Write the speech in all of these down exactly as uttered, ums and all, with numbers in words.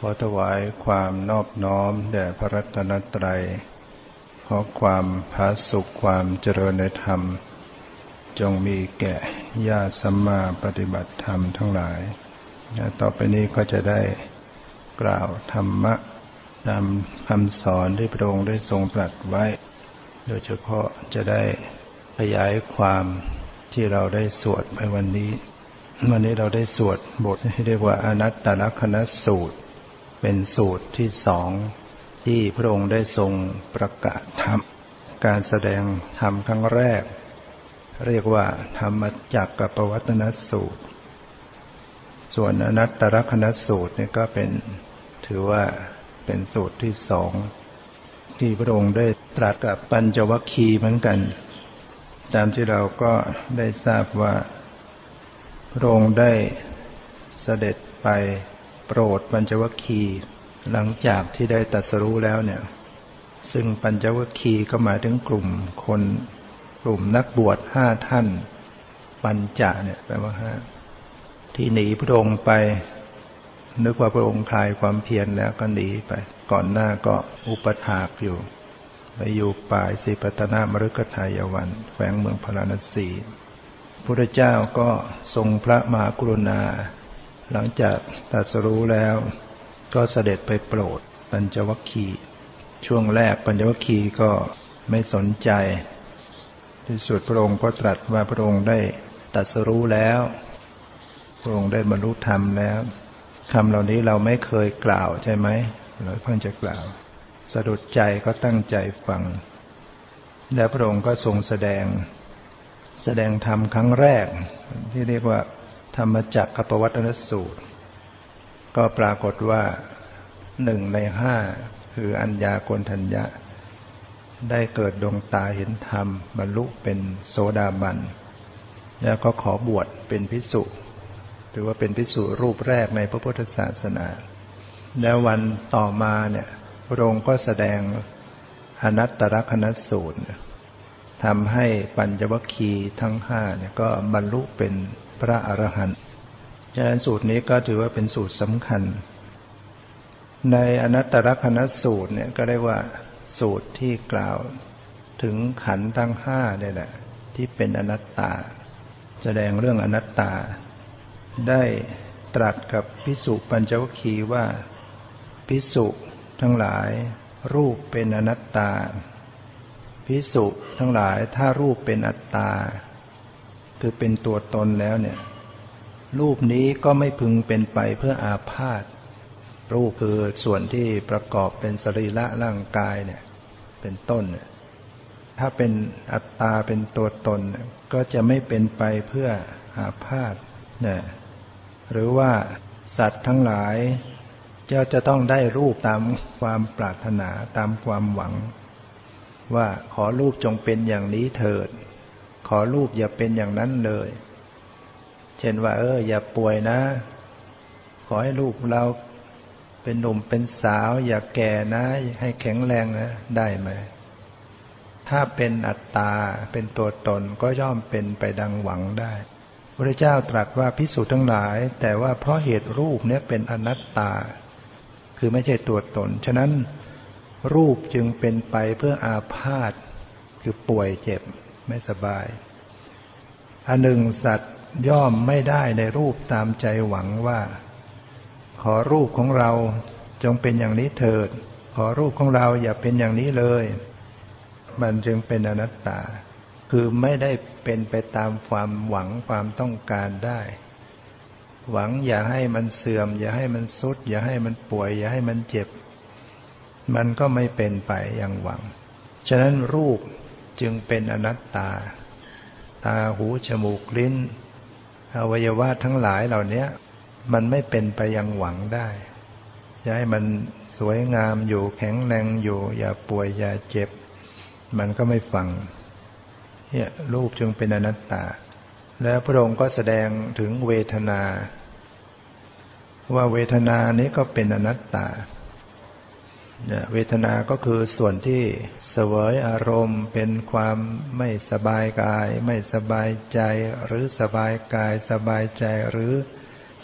อถวายความนอบน้อมแด่พระรัตนตรัยขอความผาสุกความเจริญในธรรมจงมีแก่ญาติสัมมาปฏิบัติธรรมทั้งหลายต่อไปนี้ก็จะได้กล่าวธรรมะตามคำสอนที่พระองค์ได้ทรงตรัสไว้โดยเฉพาะจะได้ขยายความที่เราได้สวดในวันนี้วันนี้เราได้สวดบทที่เรียกว่าอนัตตลักขณสูตรเป็นสูตรที่สองที่พระองค์ได้ทรงประกาศธรรมการแสดงธรรมครั้งแรกเรียกว่าธรรมจักรกับปวัตตนสูตรส่วนอนัตตลักขณสูตรนี่ก็เป็นถือว่าเป็นสูตรที่สองที่พระองค์ได้ตรัสกับปัญจวัคคีย์เหมือนกันตามที่เราก็ได้ทราบว่าพระองค์ได้เสด็จไปโปรดปัญจวัคคีย์หลังจากที่ได้ตรัสรู้แล้วเนี่ยซึ่งปัญจวัคคีย์ก็หมายถึงกลุ่มคนกลุ่มนักบวชห้าท่านปัญจเนี่ยแปลว่าห้าที่หนีพระองค์ไปนึกว่าพระองค์คลายความเพียรแล้วก็หนีไปก่อนหน้าก็อุปถากอยู่ไปอยู่ป่าสิปตนมฤคทายวันแขวงเมืองพาราณสีพระพุทธเจ้าก็ทรงพระมหากรุณาหลังจากตรัสรู้แล้วก็เสด็จไปโปรดปัญจวัคคีย์ช่วงแรกปัญจวัคคีย์ก็ไม่สนใจที่สุดพระองค์ก็ตรัสว่าพระองค์ได้ตรัสรู้แล้วพระองค์ได้บรรลุธรรมแล้วคำเหล่านี้เราไม่เคยกล่าวใช่ไหมเราเพิ่งจะกล่าวสะดุดใจก็ตั้งใจฟังแล้วพระองค์ก็ทรงแสดงแสดงธรรมครั้งแรกที่เรียกว่าธรรมจักรกับปวัตตนสูตรก็ปรากฏว่าหนึ่งในห้าคืออัญญาโกณฑัญญะได้เกิดดวงตาเห็นธรรมบรรลุเป็นโสดาบันแล้วก็ขอบวชเป็นภิกษุถือว่าเป็นภิกษุรูปแรกในพระพุทธศาสนาแล้ววันต่อมาเนี่ยพระองค์ก็แสดงอนัตตลักขณสูตรทำให้ปัญจวัคคีย์ทั้งห้าเนี่ยก็บรรลุเป็นพระอรหันต์ฉะนั้นสูตรนี้ก็ถือว่าเป็นสูตรสำคัญในอนัตตลักขณสูตรเนี่ยก็เรียกว่าสูตรที่กล่าวถึงขันธ์ทั้งห้าเนี่ยแหละที่เป็นอนัตตาแสดงเรื่องอนัตตาได้ตรัสกับภิกษุปัญจวัคคีย์ว่าภิกษุทั้งหลายรูปเป็นอนัตตาภิกษุทั้งหลายถ้ารูปเป็นอัตตาคือเป็นตัวตนแล้วเนี่ยรูปนี้ก็ไม่พึงเป็นไปเพื่ออาพาธรูปคือส่วนที่ประกอบเป็นสรีระร่างกายเนี่ยเป็นต้นเนี่ยถ้าเป็นอัตตาเป็นตัวตนก็จะไม่เป็นไปเพื่ออาพาธเนี่ยหรือว่าสัตว์ทั้งหลายจะจะต้องได้รูปตามความปรารถนาตามความหวังว่าขอรูปจงเป็นอย่างนี้เถิดขอรูปอย่าเป็นอย่างนั้นเลยเช่นว่าเอออย่าป่วยนะขอให้รูปเราเป็นหนุ่มเป็นสาวอย่าแก่นะให้แข็งแรงนะได้ไหมถ้าเป็นอัตตาเป็นตัวตนก็ย่อมเป็นไปดังหวังได้พระเจ้าตรัสว่าภิกษุทั้งหลายแต่ว่าเพราะเหตุรูปเนี่ยเป็นอนัตตาคือไม่ใช่ตัวตนฉะนั้นรูปจึงเป็นไปเพื่ออาพาธคือป่วยเจ็บไม่สบายอันหนึ่งสัตว์ย่อมไม่ได้ในรูปตามใจหวังว่าขอรูปของเราจงเป็นอย่างนี้เถิดขอรูปของเราอย่าเป็นอย่างนี้เลยมันจึงเป็นอนัตตาคือไม่ได้เป็นไปตามความหวังความต้องการได้หวังอย่าให้มันเสื่อมอย่าให้มันทรุดอย่าให้มันป่วยอย่าให้มันเจ็บมันก็ไม่เป็นไปอย่างหวังฉะนั้นรูปจึงเป็นอนัตตาตาหูจมูกลิ้นอวัยวะทั้งหลายเหล่านี้มันไม่เป็นไปอย่างหวังได้จะให้มันสวยงามอยู่แข็งแรงอยู่อย่าป่วยอย่าเจ็บมันก็ไม่ฟังเนี่ยรูปจึงเป็นอนัตตาแล้วพระองค์ก็แสดงถึงเวทนาว่าเวทนานี้ก็เป็นอนัตตาเวทนาก็คือส่วนที่เสวยอารมณ์เป็นความไม่สบายกายไม่สบายใจหรือสบายกายสบายใจหรือ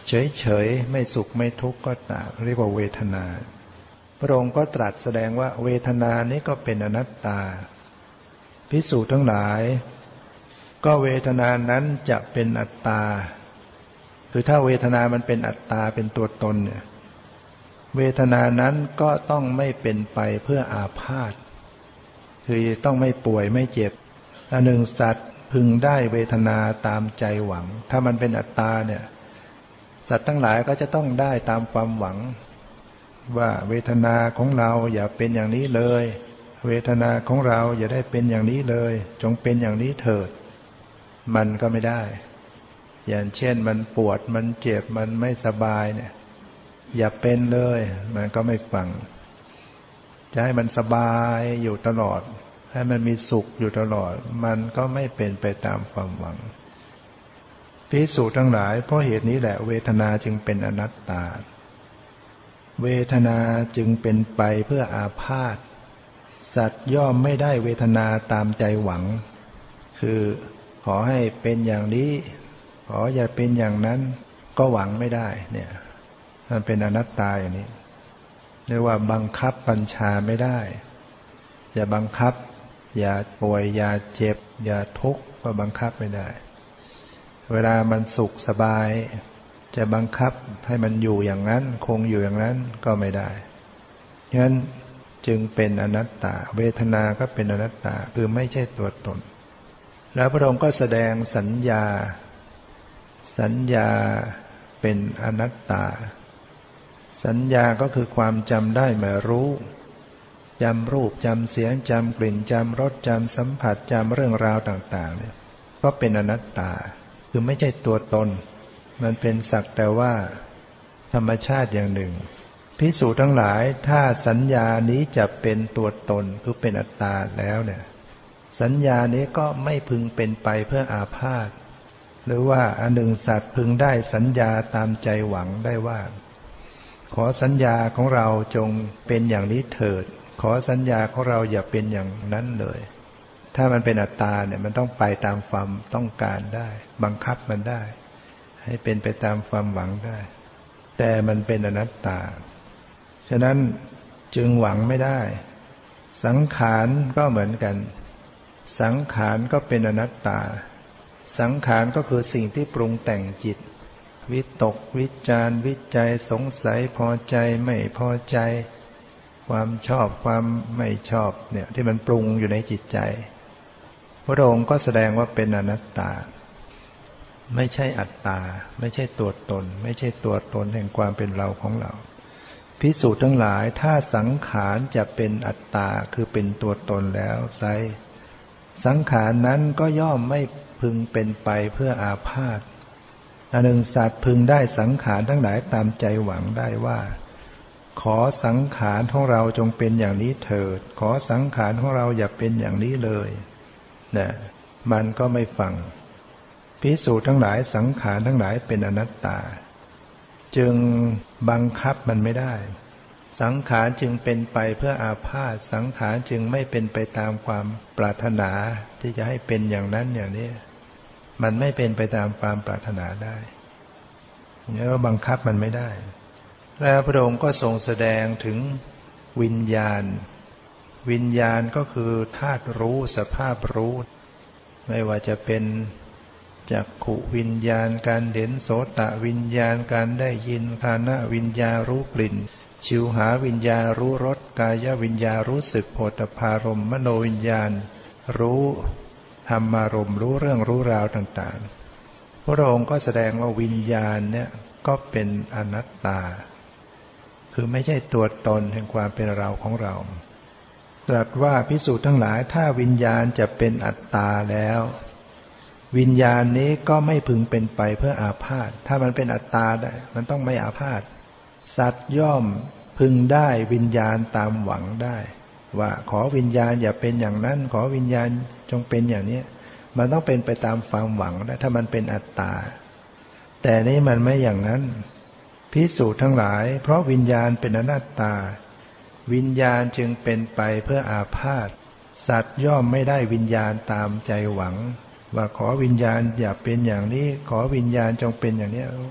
เฉยๆไม่สุขไม่ทุกข์ก็ตามเรียกว่าเวทนาพระองค์ก็ตรัสแสดงว่าเวทนานี้ก็เป็นอนัตตาภิกษุทั้งหลายก็เวทนานั้นจะเป็นอัตตาคือถ้าเวทนามันเป็นอัตตาเป็นตัวตนเนี่ยเวทนานั้นก็ต้องไม่เป็นไปเพื่ออาพาธคือต้องไม่ป่วยไม่เจ็บอันหนึ่งสัตว์พึงได้เวทนาตามใจหวังถ้ามันเป็นอัตตาเนี่ยสัตว์ทั้งหลายก็จะต้องได้ตามความหวังว่าเวทนาของเราอย่าเป็นอย่างนี้เลยเวทนาของเราอย่าได้เป็นอย่างนี้เลยจงเป็นอย่างนี้เถิดมันก็ไม่ได้อย่างเช่นมันปวดมันเจ็บมันไม่สบายเนี่ยอย่าเป็นเลยมันก็ไม่ฟังจะให้มันสบายอยู่ตลอดให้มันมีสุขอยู่ตลอดมันก็ไม่เป็นไปตามความหวังภิกษุทั้งหลายเพราะเหตุนี้แหละเวทนาจึงเป็นอนัตตาเวทนาจึงเป็นไปเพื่ออาพาธสัตว์ย่อมไม่ได้เวทนาตามใจหวังคือขอให้เป็นอย่างนี้ขออย่าเป็นอย่างนั้นก็หวังไม่ได้เนี่ยมันเป็นอนัตตาอย่างนี้เรียกว่าบังคับบัญชาไม่ได้อย่าบังคับอย่าป่วยอย่าเจ็บอย่าทุกข์ก็บังคับไม่ได้เวลามันสุขสบายจะบังคับให้มันอยู่อย่างนั้นคงอยู่อย่างนั้นก็ไม่ได้ฉะนั้นจึงเป็นอนัตตาเวทนาก็เป็นอนัตตาคือไม่ใช่ตัวตนแล้วพระองค์ก็แสดงสัญญาสัญญาเป็นอนัตตาสัญญาก็คือความจำได้หมายรู้จำรูปจำเสียงจำกลิ่นจำรสจำสัมผัสจำเรื่องราวต่างๆเนี่ยก็เป็นอนัตตาคือไม่ใช่ตัวตนมันเป็นสักแต่ว่าธรรมชาติอย่างหนึ่งภิกษุทั้งหลายถ้าสัญญานี้จะเป็นตัวตนคือเป็นอัตตาแล้วเนี่ยสัญญานี้ก็ไม่พึงเป็นไปเพื่ออาพาธหรือว่าอันหนึ่งสัตว์พึงได้สัญญาตามใจหวังได้ว่าขอสัญญาของเราจงเป็นอย่างนี้เถิดขอสัญญาของเราอย่าเป็นอย่างนั้นเลยถ้ามันเป็นอัตตาเนี่ยมันต้องไปตามความต้องการได้บังคับมันได้ให้เป็นไปตามความหวังได้แต่มันเป็นอนัตตาฉะนั้นจึงหวังไม่ได้สังขารก็เหมือนกันสังขารก็เป็นอนัตตาสังขารก็คือสิ่งที่ปรุงแต่งจิตวิตกวิจารวิจัยสงสัยพอใจไม่พอใจความชอบความไม่ชอบเนี่ยที่มันปรุงอยู่ในจิตใจพระองค์ก็แสดงว่าเป็นอนัตตาไม่ใช่อัตตาไม่ใช่ตัวตนไม่ใช่ตัวตนแห่งความเป็นเราของเราภิกษุทั้งหลายถ้าสังขารจะเป็นอัตตาคือเป็นตัวตนแล้วไซสังขารนั้นก็ย่อมไม่พึงเป็นไปเพื่ออาพาธอันหนึ่งสัตว์พึงได้สังขารทั้งหลายตามใจหวังได้ว่าขอสังขารของเราจงเป็นอย่างนี้เถิดขอสังขารของเราอย่าเป็นอย่างนี้เลยเนี่ยมันก็ไม่ฟังภิกษุทั้งหลายสังขารทั้งหลายเป็นอนัตตาจึงบังคับมันไม่ได้สังขารจึงเป็นไปเพื่ออาพาธสังขารจึงไม่เป็นไปตามความปรารถนาที่จะให้เป็นอย่างนั้นอย่างนี้มันไม่เป็นไปตามความปรารถนาได้แล้วบังคับมันไม่ได้แล้วพระองค์ก็ทรงแสดงถึงวิญญาณวิญญาณก็คือธาตุรู้สภาพรู้ไม่ว่าจะเป็นจักขุวิญญาณการเห็นโสตวิญญาณการได้ยินฆานวิญญาณรู้กลิ่นชิวหาวิญญาณรู้รสกายวิญญาณรู้สึกโผฏฐัพพารมณ์มโนวิญญาณรู้ธรรมารมณ์รู้เรื่องรู้ราวต่างๆพระองค์ก็แสดงว่าวิญญาณเนี่ยก็เป็นอนัตตาคือไม่ใช่ตัวตนแห่งความเป็นเราของเราตรัสว่าภิกษุทั้งหลายถ้าวิญญาณจะเป็นอัตตาแล้ววิญญาณนี้ก็ไม่พึงเป็นไปเพื่ออาพาธถ้ามันเป็นอัตตาได้มันต้องไม่อาพาธสัตว์ย่อมพึงได้วิญญาณตามหวังได้ว่าขอวิญญาณอย่าเป็นอย่างนั้นขอวิญญาณจงเป็นอย่างนี้มันต้องเป็นไปตามความหวังได้ถ้ามันเป็นอัตตาแต่นี้มันไม่อย่างนั้นภิกษุทั้งหลายเพราะวิญญาณเป็นอนัตตาวิญญาณจึงเป็นไปเพื่ออาพาธสัตว์ย่อมไม่ได้วิญญาณตามใจหวังว่าขอวิญญาณอย่าเป็นอย่างนี้ขอวิญญาณจงเป็นอย่างนี้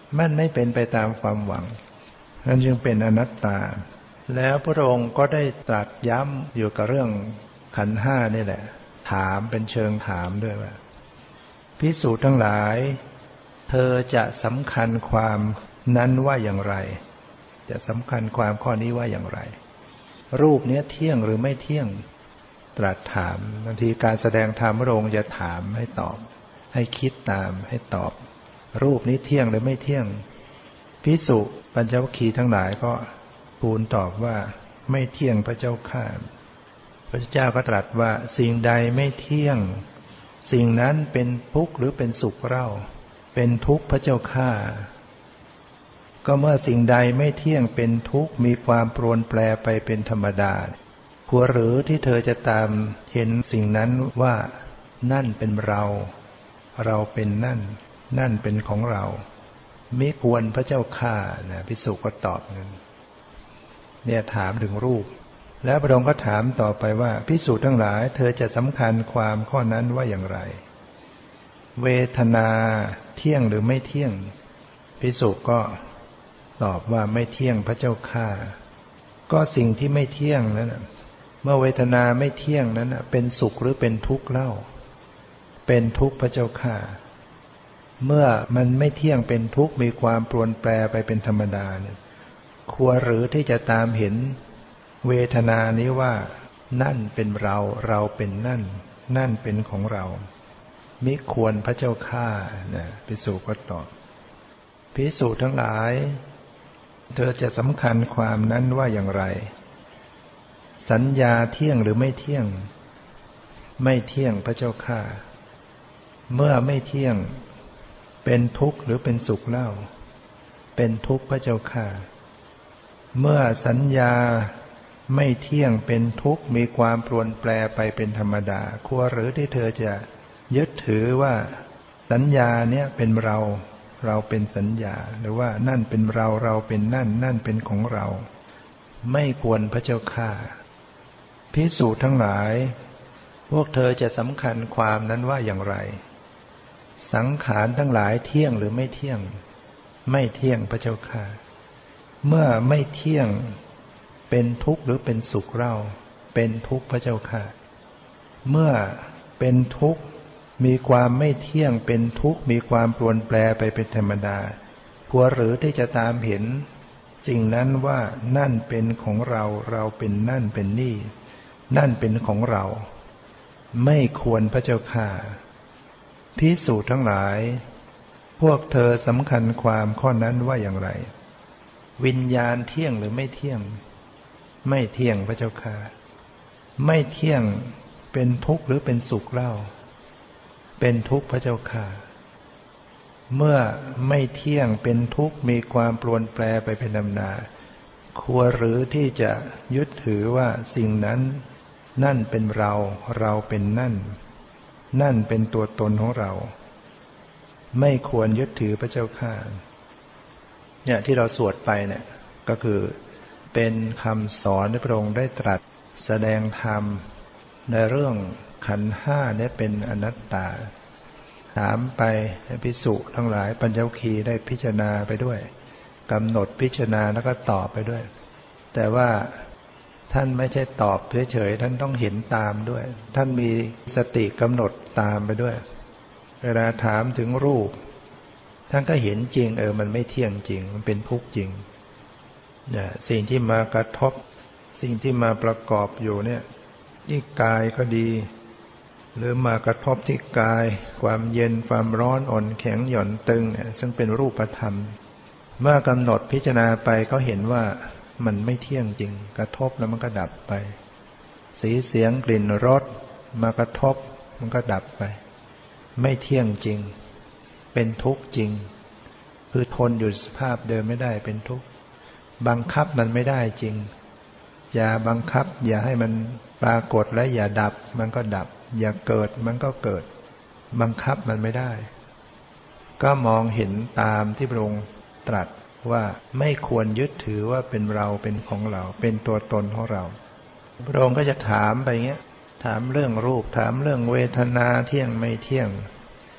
มันไม่เป็นไปตามความหวังนั่นจึงเป็นอนัตตาแล้วพระองค์ก็ได้ตรัสย้ำอยู่กับเรื่องขันธ์ห้านี่แหละถามเป็นเชิงถามด้วยว่าภิกษุทั้งหลายเธอจะสำคัญความนั้นว่าอย่างไรจะสำคัญความข้อนี้ว่าอย่างไรรูปนี้เที่ยงหรือไม่เที่ยงตรัสถามบางทีการแสดงธรรมพระองค์จะถามให้ตอบให้คิดตามให้ตอบรูปนี้เที่ยงหรือไม่เที่ยงภิกษุปัญจวัคคีย์ทั้งหลายก็ทูลตอบว่าไม่เที่ยงพระเจ้าข้าพระเจ้าก็ตรัสว่าสิ่งใดไม่เที่ยงสิ่งนั้นเป็นทุกข์หรือเป็นสุขเล่าเป็นทุกข์พระเจ้าข้าก็เมื่อสิ่งใดไม่เที่ยงเป็นทุกข์มีความปรวนแปรไปเป็นธรรมดาควรหรือที่เธอจะตามเห็นสิ่งนั้นว่านั่นเป็นเราเราเป็นนั่นนั่นเป็นของเรามิควรพระเจ้าข้านะภิกษุก็ตอบนั้นเนี่ยถามถึงรูปแล้วพระองค์ก็ถามต่อไปว่าภิกษุทั้งหลายเธอจะสำคัญความข้อนั้นว่าอย่างไรเวทนาเที่ยงหรือไม่เที่ยงภิกษุก็ตอบว่าไม่เที่ยงพระเจ้าข้าก็สิ่งที่ไม่เที่ยงนั้นเมื่อเวทนาไม่เที่ยงนั้นเป็นสุขหรือเป็นทุกข์เล่าเป็นทุกข์พระเจ้าข้าเมื่อมันไม่เที่ยงเป็นทุกข์มีความปรวนแปรไปเป็นธรรมดาเนี่ยควรหรือที่จะตามเห็นเวทนานี้ว่านั่นเป็นเราเราเป็นนั่นนั่นเป็นของเรามิควรพระเจ้าข้านะภิกษุก็ตอบภิกษุทั้งหลายเธอจะสำคัญความนั้นว่าอย่างไรสัญญาเที่ยงหรือไม่เที่ยงไม่เที่ยงพระเจ้าข้าเมื่อไม่เที่ยงเป็นทุกข์หรือเป็นสุขเล่าเป็นทุกข์พระเจ้าข้าเมื่อสัญญาไม่เที่ยงเป็นทุกข์มีความปรวนแปรไปเป็นธรรมดาควรหรือที่เธอจะยึดถือว่าสัญญาเนี่ยเป็นเราเราเป็นสัญญาหรือว่านั่นเป็นเราเราเป็นนั่นนั่นเป็นของเราไม่ควรพระเจ้าข้าภิกษุทั้งหลายพวกเธอจะสำคัญความนั้นว่าอย่างไรสังขารทั้งหลายเที่ยงหรือไม่เที่ยงไม่เที่ยงพระเจ้าข้าเมื่อไม่เที่ยงเป็นทุกข์หรือเป็นสุขเล่าเป็นทุกข์พระเจ้าข้าเมื่อเป็นทุกข์มีความไม่เที่ยงเป็นทุกข์มีความปรวนแปรไปเป็นธรรมดาควรหรือที่จะตามเห็นสิ่งนั้นว่านั่นเป็นของเราเราเป็นนั่นเป็นนี่นั่นเป็นของเราไม่ควรพระเจ้าข้าภิกษุทั้งหลายพวกเธอสำคัญความข้อนั้นว่าอย่างไรวิญญาณเที่ยงหรือไม่เที่ยงไม่เที่ยงพระเจ้าข้าไม่เที่ยงเป็นทุกข์หรือเป็นสุขเล่าเป็นทุกข์พระเจ้าข้าเมื่อไม่เที่ยงเป็นทุกข์มีความปรวนแปรไปเป็นธรรมดาควรหรือที่จะยึดถือว่าสิ่งนั้นนั่นเป็นเราเราเป็นนั่นนั่นเป็นตัวตนของเราไม่ควรยึดถือพระเจ้าข้าเนี่ยที่เราสวดไปเนี่ยก็คือเป็นคำสอนที่พระองค์ได้ตรัสแสดงธรรมในเรื่องขันธ์ห้าเนี่ยเป็นอนัตตาถามไปภิกษุทั้งหลายปัญจวัคคีย์ได้พิจารณาไปด้วยกำหนดพิจารณาแล้วก็ตอบไปด้วยแต่ว่าท่านไม่ใช่ตอบเฉยๆท่านต้องเห็นตามด้วยท่านมีสติกำหนดตามไปด้วยเวลาถามถึงรูปท่านก็เห็นจริงเออมันไม่เที่ยงจริงมันเป็นทุกข์จริงเนี่ยสิ่งที่มากระทบสิ่งที่มาประกอบอยู่เนี่ยที่กายก็ดีหรือมากระทบที่กายความเย็นความร้อนอ่อนแข็งหย่อนตึงเนี่ยซึ่งเป็นรูปธรรมเมื่อกำหนดพิจารณาไปก็เห็นว่ามันไม่เที่ยงจริงกระทบแล้วมันก็ดับไปสีเสียงกลิ่นรสมากระทบมันก็ดับไปไม่เที่ยงจริงเป็นทุกข์จริงคือทนอยู่สภาพเดิมไม่ได้เป็นทุกข์บังคับมันไม่ได้จริงอย่าบังคับอย่าให้มันปรากฏและอย่าดับมันก็ดับอย่าเกิดมันก็เกิดบังคับมันไม่ได้ก็มองเห็นตามที่พระองค์ตรัสว่าไม่ควรยึดถือว่าเป็นเราเป็นของเราเป็นตัวตนของเราพระองค์ก็จะถามไปเงี้ยถามเรื่องรูปถามเรื่องเวทนาเที่ยงไม่เที่ยง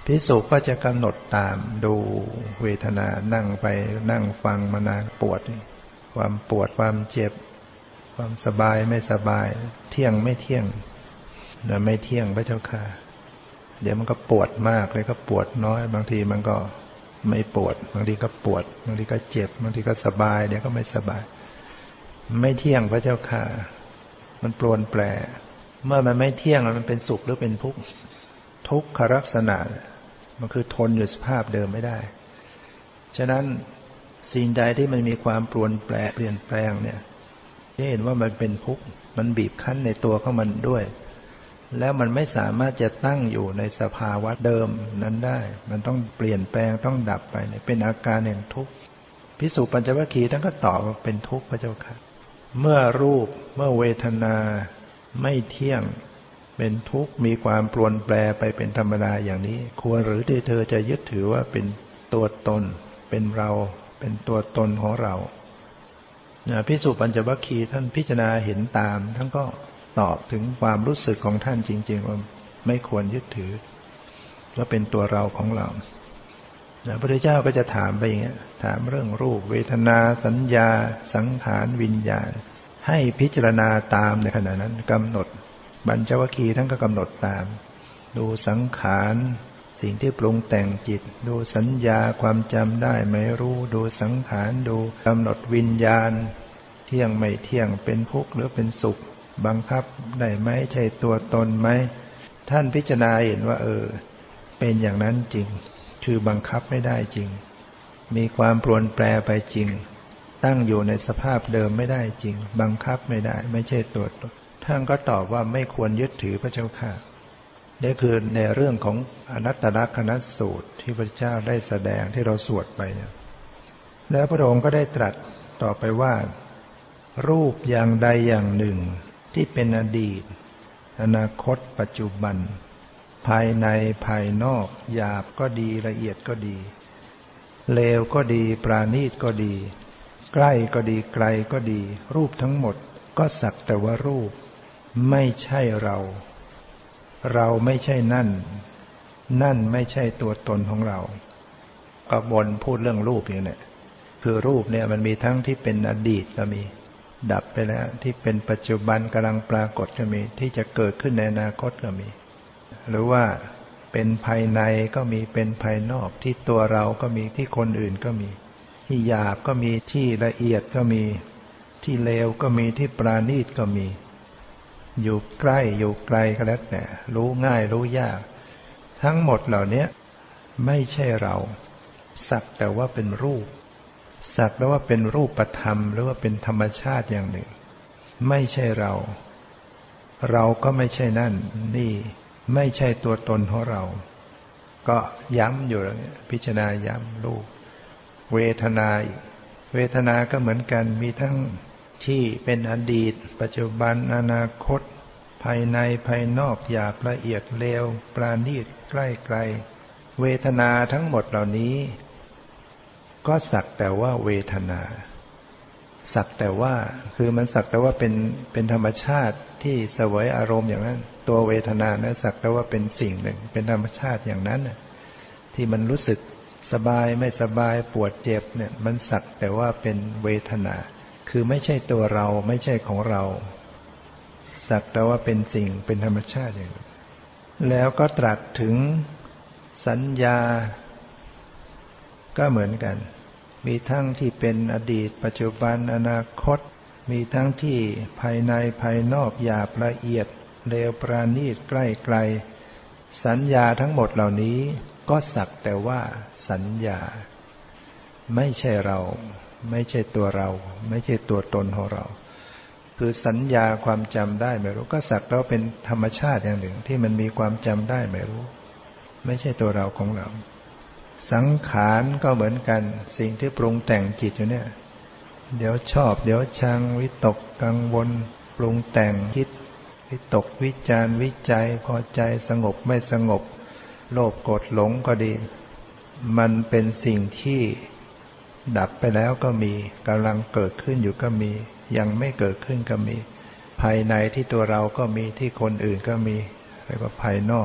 ภิกษุก็จะกำหนดตามดูเวทนานั่งไปนั่งฟังมานานปวดความปวดความเจ็บความสบายไม่สบายเที่ยงไม่เที่ยงนะไม่เที่ยงพระเจ้าค่ะเดี๋ยวมันก็ปวดมากเลยก็ปวดน้อยบางทีมันก็ไม่ปวดบางทีก็ปวดบางทีก็เจ็บบางทีก็สบายเดี๋ยวก็ไม่สบายไม่เที่ยงพระเจ้าค่ะมันปรวนแปรเมื่อมันไม่เที่ยงมันเป็นสุขหรือเป็นทุกข์ทุกขลักษณะมันคือทนอยู่สภาพเดิมไม่ได้ฉะนั้นสิ่งใดที่มันมีความปรวนแปรเปลี่ยนแปลงเนี่ยจะเห็นว่ามันเป็นทุกข์มันบีบคั้นในตัวของมันด้วยแล้วมันไม่สามารถจะตั้งอยู่ในสภาวะเดิมนั้นได้มันต้องเปลี่ยนแปลงต้องดับไปเป็นอาการแห่งทุกข์ภิกษุปัญจวัคคีย์ท่านก็ตอบว่าเป็นทุกข์พระเจ้าค่ะเมื่อรูปเมื่อเวทนาไม่เที่ยงเป็นทุกข์มีความปรวนแปรไปเป็นธรรมดาอย่างนี้ควรหรือที่เธอจะยึดถือว่าเป็นตัวตนเป็นเราเป็นตัวตนของเราภิกษุปัญจวัคคีย์ท่านพิจารณาเห็นตามท่านก็ตอบถึงความรู้สึกของท่านจริงๆว่าไม่ควรยึดถือว่าเป็นตัวเราของเราพระพุทธเจ้าก็จะถามไปอย่างนี้ถามเรื่องรูปเวทนาสัญญาสังขารวิญญาณให้พิจารณาตามในขณะนั้นกำหนดปัญจวัคคีย์ท่านก็กำหนดตามดูสังขารสิ่งที่ปรุงแต่งจิตดูสัญญาความจำได้ไม่รู้ดูสังขารดูกำหนดวิญญาณเที่ยงไม่เที่ยงเป็นทุกข์หรือเป็นสุขบังคับได้ไหมใช่ตัวตนไหมท่านพิจารณาเห็นว่าเออเป็นอย่างนั้นจริงคือบังคับไม่ได้จริงมีความปรวนแปรไปจริงตั้งอยู่ในสภาพเดิมไม่ได้จริงบังคับไม่ได้ไม่ใช่ตัวตนท่านก็ตอบว่าไม่ควรยึดถือพระเจ้าค่ะนี่คือในเรื่องของอนัตตลักษณสูตรที่พระเจ้าได้แสดงที่เราสวดไปเนี่ยแล้วพระองค์ก็ได้ตรัสต่อไปว่ารูปอย่างใดอย่างหนึ่งที่เป็นอดีตอนาคตปัจจุบันภายในภายนอกหยาบก็ดีละเอียดก็ดีเลวก็ดีปราณีตก็ดีใกล้ก็ดีไกลก็ดีรูปทั้งหมดก็สักแต่ว่ารูปไม่ใช่เราเราไม่ใช่นั่นนั่นไม่ใช่ตัวตนของเราก็วนพูดเรื่องรูปอย่างนี้คือรูปเนี่ยมันมีทั้งที่เป็นอดีตก็มีดับไปแล้วที่เป็นปัจจุบันกำลังปรากฏก็มีที่จะเกิดขึ้นในอนาคตก็มีหรือว่าเป็นภายในก็มีเป็นภายนอกที่ตัวเราก็มีที่คนอื่นก็มีที่หยาบก็มีที่ละเอียดก็มีที่เลวก็มีที่ปราณีตก็มีอยู่ใกล้อยู่ไกลก็แล้วแต่รู้ง่ายรู้ยากทั้งหมดเหล่านี้ไม่ใช่เราสักแต่ว่าเป็นรูปสักแต่ว่าเป็นรูปธรรมหรือว่าเป็นธรรมชาติอย่างหนึ่งไม่ใช่เราเราก็ไม่ใช่นั่นนี่ไม่ใช่ตัวตนของเราก็ย้ำอยู่แล้วพิจารณาย้ำรูปเวทนาเวทนาก็เหมือนกันมีทั้งที่เป็นอดีตปัจจุบันอนาคตภายในภายนอกหยาบละเอียดเลวปราณีตใกล้ไกลเวทนาทั้งหมดเหล่านี้ก็สักแต่ว่าเวทนาสักแต่ว่าคือมันสักแต่ว่าเป็นเป็นธรรมชาติที่เสวยอารมณ์อย่างนั้นตัวเวทนานั้นสักแต่ว่าเป็นสิ่งหนึ่งเป็นธรรมชาติอย่างนั้นที่มันรู้สึกสบายไม่สบายปวดเจ็บเนี่ยมันสักแต่ว่าเป็นเวทนาคือไม่ใช่ตัวเราไม่ใช่ของเราสักแต่ว่าเป็นสิ่งเป็นธรรมชาติอย่างนั้นแล้วก็ตรัสถึงสัญญาก็เหมือนกันมีทั้งที่เป็นอดีตปัจจุบันอนาคตมีทั้งที่ภายในภายนอกหยาบละเอียดเลวปราณีตใกล้ไกลสัญญาทั้งหมดเหล่านี้ก็สักแต่ว่าสัญญาไม่ใช่เราไม่ใช่ตัวเราไม่ใช่ตัวตนของเราคือสัญญาความจำได้ไม่รู้ก็สักแต่ว่าเป็นธรรมชาติอย่างหนึ่งที่มันมีความจำได้ไม่รู้ไม่ใช่ตัวเราของเราสังขารก็เหมือนกันสิ่งที่ปรุงแต่งจิตอยู่เนี่ยเดี๋ยวชอบเดี๋ยวชังวิตกกังวลปรุงแต่งคิดวิตกวิจารวิจัยพอใจสงบไม่สงบโลภโกรธหลงก็ดีมันเป็นสิ่งที่ดับไปแล้วก็มีกำลังเกิดขึ้นอยู่ก็มียังไม่เกิดขึ้นก็มีภายในที่ตัวเราก็มีที่คนอื่นก็มีเรียกว่าภายนอก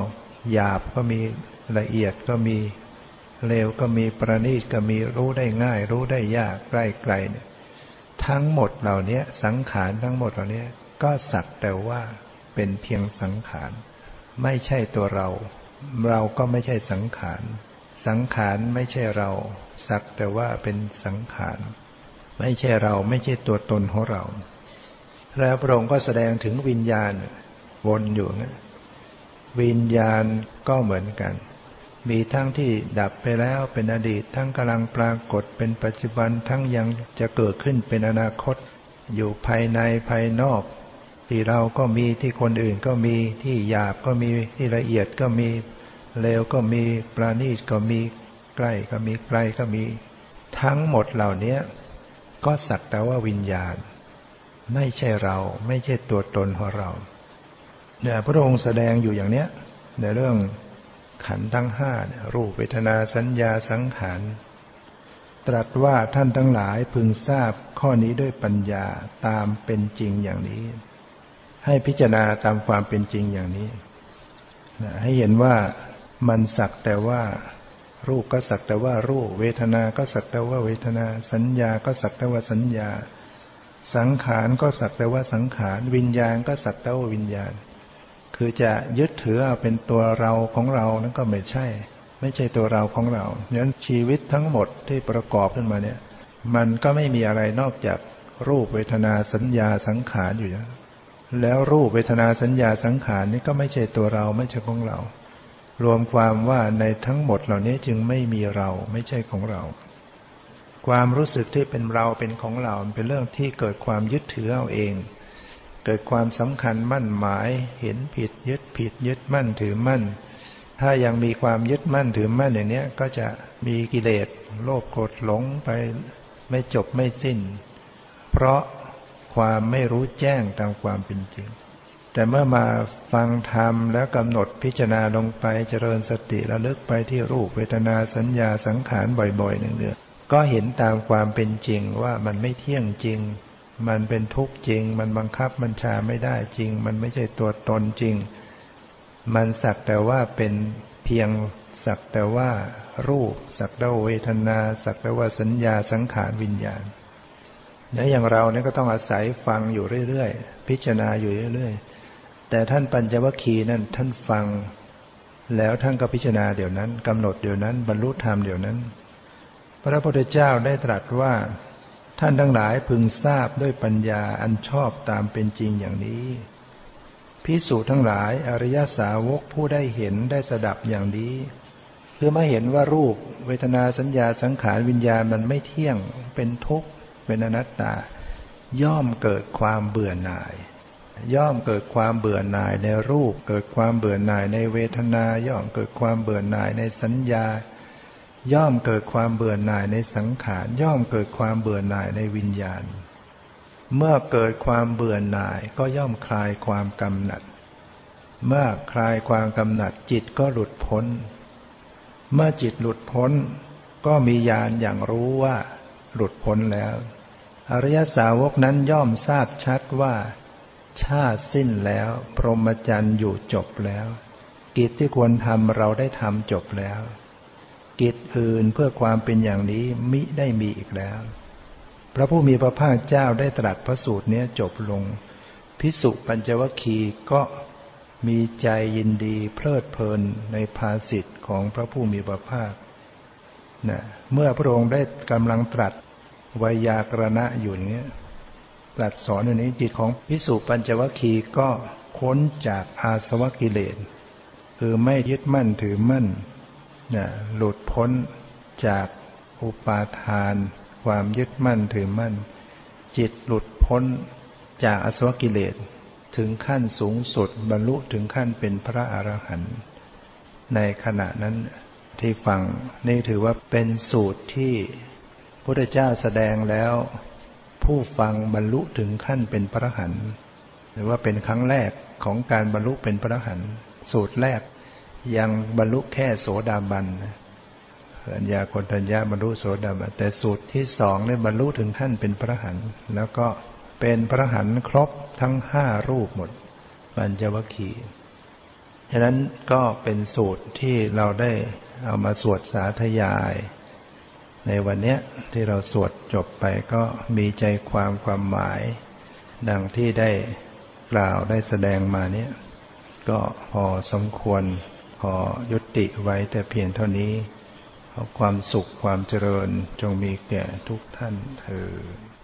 หยาบก็มีละเอียดก็มีเลวก็มีประณีตก็มีรู้ได้ง่ายรู้ได้ยากใกล้ไกลเนี่ยทั้งหมดเหล่านี้สังขารทั้งหมดเหล่านี้ก็สักแต่ว่าเป็นเพียงสังขารไม่ใช่ตัวเราเราก็ไม่ใช่สังขารสังขารไม่ใช่เราสักแต่ว่าเป็นสังขารไม่ใช่เราไม่ใช่ตัวตนของเราแล้วพระองค์ก็แสดงถึงวิญญาณวนอยู่งั้นวิญญาณก็เหมือนกันมีทั้งที่ดับไปแล้วเป็นอดีตทั้งกำลังปรากฏเป็นปัจจุบันทั้งยังจะเกิดขึ้นเป็นอนาคตอยู่ภายในภายนอกที่เราก็มีที่คนอื่นก็มีที่หยาบก็มีที่ละเอียดก็มีเลวก็มีประณีตก็มีใกล้ก็มีไกลก็มีทั้งหมดเหล่านี้ก็สักแต่ว่าวิญญาณไม่ใช่เราไม่ใช่ตัวตนของเราเนี่ยพระองค์แสดงอยู่อย่างเนี้ยในเรื่องขันธ์ทั้งห้ารูปเวทนาสัญญาสังขารตรัสว่าท่านทั้งหลายพึงทราบข้อนี้ด้วยปัญญาตามเป็นจริงอย่างนี้ให้พิจารณาตามความเป็นจริงอย่างนี้ให้เห็นว่ามันสักแต่ว่ารูปก็สักแต่ว่ารูปเวทนาก็สักแต่ว่าเวทนาสัญญาก็สักแต่ว่าสัญญาสังขารก็สักแต่ว่าสังขารวิญญาณก็สักแต่ว่าวิญญาณคือจะยึดถือเอาเป็นตัวเราของเรานั่นก็ไม่ใช่ไม่ใช่ตัวเราของเราฉะนั้นชีวิตทั้งหมดที่ประกอบขึ้นมาเนี่ยมันก็ไม่มีอะไรนอกจากรูปเวทนาสัญญาสังขารอยู่แล้วแล้วรูปเวทนาสัญญาสังขารนี่ก็ไม่ใช่ตัวเราไม่ใช่ของเรารวมความว่าในทั้งหมดเหล่านี้จึงไม่มีเราไม่ใช่ของเราความรู้สึกที่เป็นเราเป็นของเราเป็นเรื่องที่เกิดความยึดถือเอาเองเกิดความสำคัญมั่นหมายเห็นผิดยึดผิดยึดมั่นถือมั่นถ้ายังมีความยึดมั่นถือมั่นอย่างนี้ก็จะมีกิเลสโลภโกรธหลงไปไม่จบไม่สิ้นเพราะความไม่รู้แจ้งตามความเป็นจริงแต่เมื่อมาฟังธรรมแล้วกำหนดพิจารณาลงไปเจริญสติระลึกไปที่รูปเวทนาสัญญาสังขารบ่อยๆเนืองๆก็เห็นตามความเป็นจริงว่ามันไม่เที่ยงจริงมันเป็นทุกข์จริงมันบังคับบัญชาไม่ได้จริงมันไม่ใช่ตัวตนจริงมันสักแต่ว่าเป็นเพียงสักแต่ว่ารูปสักแต่ว่าเวทนาสักแต่ว่าสัญญาสังขารวิญญาณและอย่างเราเนี่ยก็ต้องอาศัยฟังอยู่เรื่อยๆพิจารณาอยู่เรื่อยๆแต่ท่านปัญจวัคคีย์นั่นท่านฟังแล้วท่านก็พิจารณาเดี๋ยวนั้นกำหนดเดี๋ยวนั้นบรรลุธรรมเดี๋ยวนั้นพระพุทธเจ้าได้ตรัสว่าท่านทั้งหลายพึงทราบด้วยปัญญาอันชอบตามเป็นจริงอย่างนี้ภิกษุทั้งหลายอริยสาวกผู้ได้เห็นได้สดับอย่างนี้คือมาเห็นว่ารูปเวทนาสัญญาสังขารวิญญาณมันไม่เที่ยงเป็นทุกข์เป็นอนัตตาย่อมเกิดความเบื่อหน่ายย่อมเกิดความเบื่อหน่ายในรูปเกิดความเบื่อหน่ายในเวทนาย่อมเกิดความเบื่อหน่ายในสัญญาย่อมเกิดความเบื่อหน่ายในสังขารย่อมเกิดความเบื่อหน่ายในวิญญาณเมื่อเกิดความเบื่อหน่ายก็ย่อมคลายความกำหนัดเมื่อคลายความกำหนัดจิตก็หลุดพ้นเมื่อจิตหลุดพ้นก็มีญาณอย่างรู้ว่าหลุดพ้นแล้วอริยสาวกนั้นย่อมทราบชัดว่าชาติสิ้นแล้วพรหมจรรย์อยู่จบแล้วกิจที่ควรทำเราได้ทำจบแล้วกิจอื่นเพื่อความเป็นอย่างนี้มิได้มีอีกแล้วพระผู้มีพระภาคเจ้าได้ตรัสพระสูตรนี้จบลงภิกษุปัญจวัคคีย์ก็มีใจยินดีเพลิดเพลินในภาษิตของพระผู้มีพระภาคนะเมื่อพระองค์ได้กำลังตรัสไวยากรณะอยู่อย่างนี้ตรัสสอนอย่างนี้จิตของภิกษุปัญจวัคคีย์ก็พ้นจากอาสวะกิเลสคือไม่ยึดมั่นถือมั่นนะหลุดพ้นจากอุปาทานความยึดมั่นถือมั่นจิตหลุดพ้นจากอาสวะกิเลสถึงขั้นสูงสุดบรรลุถึงขั้นเป็นพระอรหันต์ในขณะนั้นที่ฟังนี่ถือว่าเป็นสูตรที่พระพุทธเจ้าแสดงแล้วผู้ฟังบรรลุถึงขั้นเป็นพระอรหันต์หรือว่าเป็นครั้งแรกของการบรรลุเป็นพระอรหันต์สูตรแรกยังบรรลุแค่โสดาบันอัญญาโกณฑัญญะบรรลุโสดาบันแต่สูตรที่สองเนี่ยบรรลุถึงขั้นเป็นพระอรหันต์แล้วก็เป็นพระอรหันต์ครบทั้งห้ารูปหมดปัญจวัคคีย์ฉฉะนั้นก็เป็นสูตรที่เราได้เอามาสวดสาธยายในวันนี้ที่เราสวดจบไปก็มีใจความความหมายดังที่ได้กล่าวได้แสดงมาเนี่ยก็พอสมควรพอยุติไว้แต่เพียงเท่านี้ขอความสุขความเจริญจงมีแก่ทุกท่านเทอญ